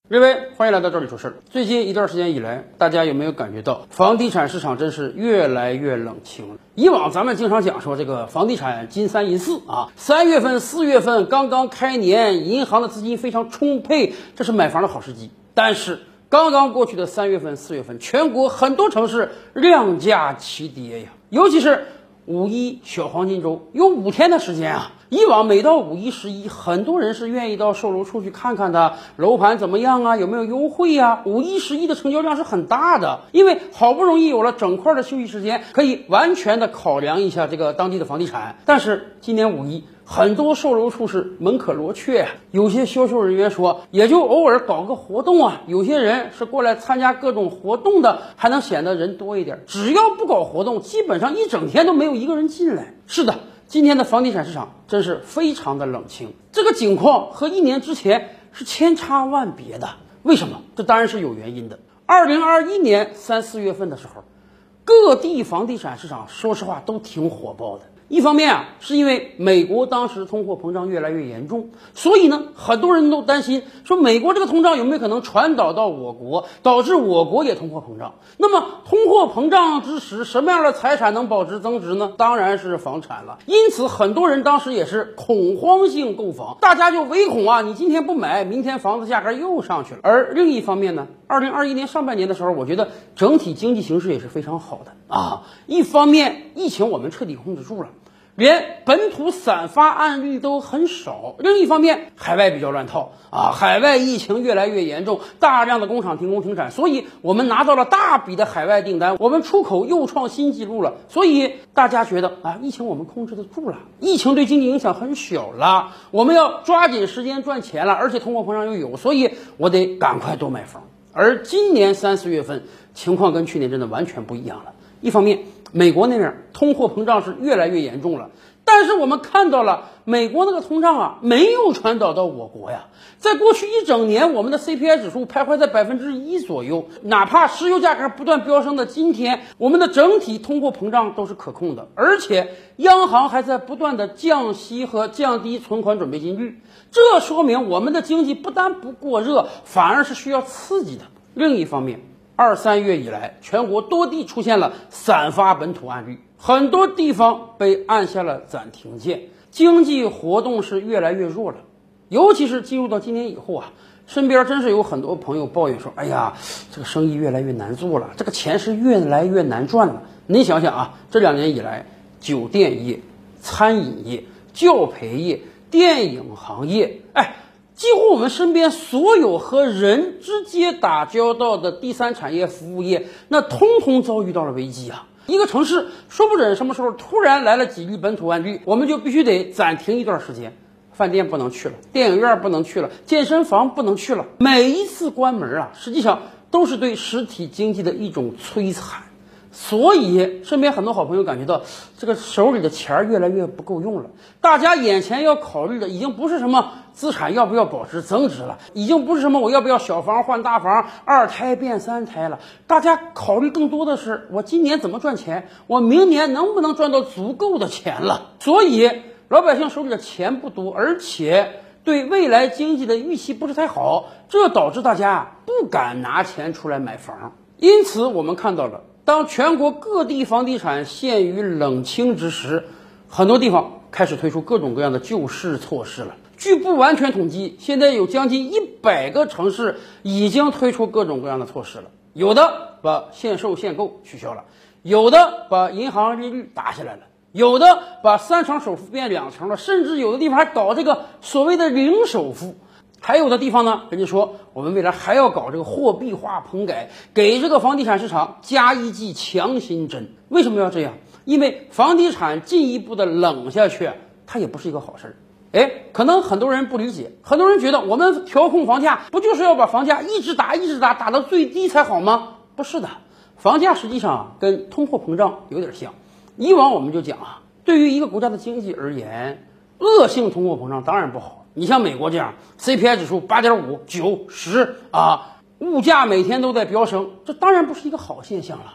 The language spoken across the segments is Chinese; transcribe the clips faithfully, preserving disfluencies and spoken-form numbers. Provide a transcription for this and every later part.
各位，欢迎来到这里说事儿。最近一段时间以来，大家有没有感觉到房地产市场真是越来越冷清了？以往咱们经常讲说这个房地产金三银四啊，三月份、四月份刚刚开年，银行的资金非常充沛，这是买房的好时机。但是刚刚过去的三月份、四月份，全国很多城市量价齐跌呀，尤其是五一小黄金周，有五天的时间啊。以往每到五一、十一，很多人是愿意到售楼处去看看的，楼盘怎么样啊，有没有优惠啊？五一、十一的成交量是很大的，因为好不容易有了整块的休息时间，可以完全的考量一下这个当地的房地产。但是今年五一，很多售楼处是门可罗雀啊，有些销售人员说，也就偶尔搞个活动啊，有些人是过来参加各种活动的，还能显得人多一点。只要不搞活动，基本上一整天都没有一个人进来。是的。今天的房地产市场真是非常的冷清，这个景况和一年之前是千差万别的。为什么？这当然是有原因的。二零二一年三四月份的时候，各地房地产市场说实话都挺火爆的。一方面啊，是因为美国当时通货膨胀越来越严重，所以呢，很多人都担心说美国这个通胀有没有可能传导到我国，导致我国也通货膨胀。那么通货膨胀之时，什么样的财产能保值增值呢？当然是房产了。因此很多人当时也是恐慌性购房，大家就唯恐啊，你今天不买，明天房子价格又上去了。而另一方面呢，二零二一年上半年的时候，我觉得整体经济形势也是非常好的啊。一方面疫情我们彻底控制住了，连本土散发案例都很少。另一方面，海外比较乱套啊，海外疫情越来越严重，大量的工厂停工停产，所以我们拿到了大笔的海外订单，我们出口又创新纪录了。所以大家觉得啊，疫情我们控制得住了，疫情对经济影响很小了，我们要抓紧时间赚钱了，而且通货膨胀又有，所以我得赶快多买房。而今年三四月份情况跟去年真的完全不一样了。一方面，美国那边通货膨胀是越来越严重了，但是我们看到了美国那个通胀啊没有传导到我国呀。在过去一整年，我们的 C P I 指数徘徊在百分之一左右，哪怕石油价格不断飙升的今天，我们的整体通货膨胀都是可控的，而且央行还在不断的降息和降低存款准备金率，这说明我们的经济不但不过热，反而是需要刺激的。另一方面，二三月以来，全国多地出现了散发本土案例，很多地方被按下了暂停键，经济活动是越来越弱了。尤其是进入到今年以后啊，身边真是有很多朋友抱怨说，哎呀，这个生意越来越难做了，这个钱是越来越难赚了。您想想啊，这两年以来，酒店业、餐饮业、教培业、电影行业，哎，几乎我们身边所有和人直接打交道的第三产业服务业，那通通遭遇到了危机啊！一个城市说不准什么时候突然来了几例本土案例，我们就必须得暂停一段时间，饭店不能去了，电影院不能去了，健身房不能去了。每一次关门啊，实际上都是对实体经济的一种摧残。所以身边很多好朋友感觉到这个手里的钱越来越不够用了，大家眼前要考虑的已经不是什么资产要不要保值增值了，已经不是什么我要不要小房换大房，二胎变三胎了，大家考虑更多的是我今年怎么赚钱，我明年能不能赚到足够的钱了。所以老百姓手里的钱不多，而且对未来经济的预期不是太好，这导致大家不敢拿钱出来买房。因此我们看到了，当全国各地房地产陷于冷清之时，很多地方开始推出各种各样的救市措施了。据不完全统计，现在有将近一百个城市已经推出各种各样的措施了。有的把限售限购取消了，有的把银行利率打下来了，有的把三成首付变两成了，甚至有的地方还搞这个所谓的零首付。还有的地方呢，人家说我们未来还要搞这个货币化棚改，给这个房地产市场加一剂强心针。为什么要这样？因为房地产进一步的冷下去，它也不是一个好事儿。哎，可能很多人不理解，很多人觉得我们调控房价不就是要把房价一直打一直打打到最低才好吗？不是的，房价实际上跟通货膨胀有点像。以往我们就讲啊，对于一个国家的经济而言，恶性通货膨胀当然不好。你像美国这样 C P I 指数 八点五、九、十啊，物价每天都在飙升，这当然不是一个好现象了。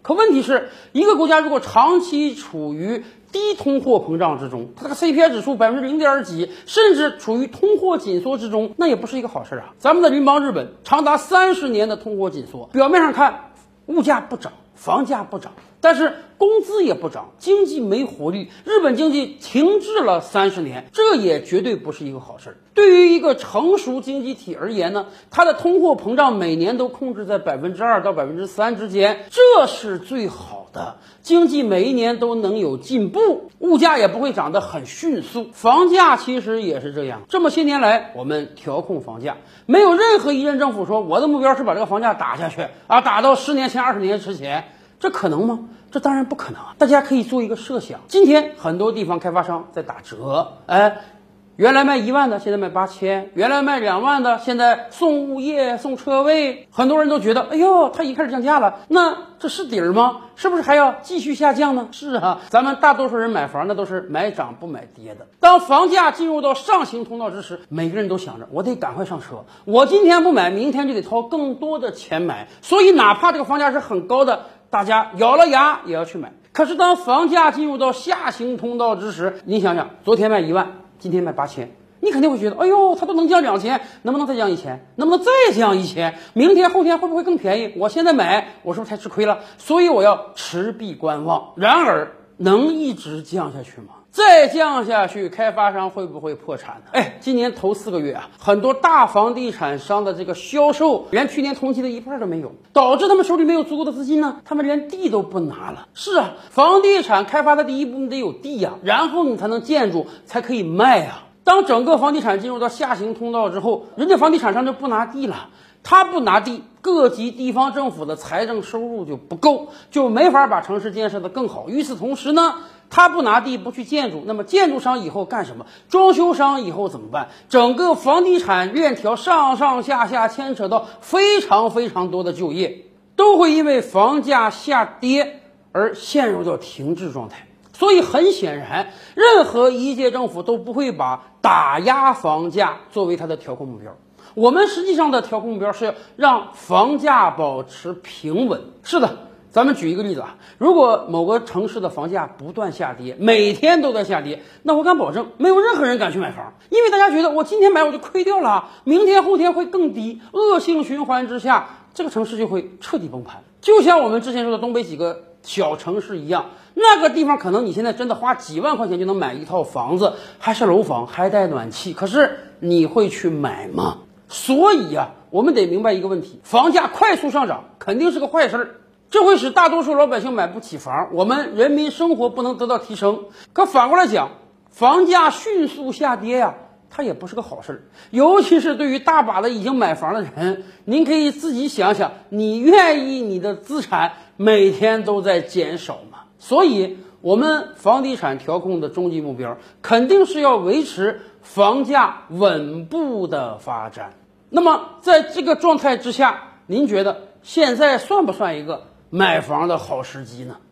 可问题是，一个国家如果长期处于低通货膨胀之中，它这个 C P I 指数百分之零点几，甚至处于通货紧缩之中，那也不是一个好事啊。咱们的邻邦日本长达三十年的通货紧缩，表面上看物价不涨，房价不涨，但是工资也不涨，经济没活力，日本经济停滞了三十年，这也绝对不是一个好事。对于一个成熟经济体而言呢，它的通货膨胀每年都控制在百分之二到百分之三之间，这是最好的。经济每一年都能有进步，物价也不会涨得很迅速，房价其实也是这样。这么些年来，我们调控房价，没有任何一任政府说我的目标是把这个房价打下去啊，打到十年前、二十年之前，这可能吗？这当然不可能啊！大家可以做一个设想，今天很多地方开发商在打折，哎。原来卖一万的，现在卖八千；原来卖两万的，现在送物业、送车位。很多人都觉得，哎呦，他一开始降价了，那这是底儿吗？是不是还要继续下降呢？是啊，咱们大多数人买房那都是买涨不买跌的。当房价进入到上行通道之时，每个人都想着，我得赶快上车，我今天不买，明天就得掏更多的钱买。所以，哪怕这个房价是很高的，大家咬了牙也要去买。可是，当房价进入到下行通道之时，你想想，昨天卖一万。今天卖八千，你肯定会觉得，哎呦，它都能降两千，能不能再降一千？能不能再降一千？明天后天会不会更便宜？我现在买，我是不是太吃亏了？所以我要持币观望。然而，能一直降下去吗？再降下去，开发商会不会破产呢？哎，今年头四个月啊，很多大房地产商的这个销售连去年同期的一半都没有，导致他们手里没有足够的资金呢，他们连地都不拿了。是啊，房地产开发的第一步你得有地呀、啊，然后你才能建筑，才可以卖呀、啊。当整个房地产进入到下行通道之后，人家房地产商就不拿地了。他不拿地，各级地方政府的财政收入就不够，就没法把城市建设得更好。与此同时呢，他不拿地，不去建筑，那么建筑商以后干什么？装修商以后怎么办？整个房地产链条上上下下牵扯到非常非常多的就业，都会因为房价下跌而陷入到停滞状态。所以很显然，任何一届政府都不会把打压房价作为它的调控目标。我们实际上的调控目标是要让房价保持平稳。是的，咱们举一个例子啊，如果某个城市的房价不断下跌，每天都在下跌，那我敢保证，没有任何人敢去买房，因为大家觉得我今天买我就亏掉了，明天后天会更低，恶性循环之下，这个城市就会彻底崩盘。就像我们之前说的东北几个小城市一样，那个地方可能你现在真的花几万块钱就能买一套房子，还是楼房，还带暖气，可是你会去买吗？所以啊，我们得明白一个问题，房价快速上涨肯定是个坏事儿，这会使大多数老百姓买不起房，我们人民生活不能得到提升。可反过来讲，房价迅速下跌呀、啊，它也不是个好事儿，尤其是对于大把的已经买房的人，您可以自己想想，你愿意你的资产每天都在减少吗？所以我们房地产调控的终极目标肯定是要维持房价稳步的发展。那么在这个状态之下，您觉得现在算不算一个买房的好时机呢？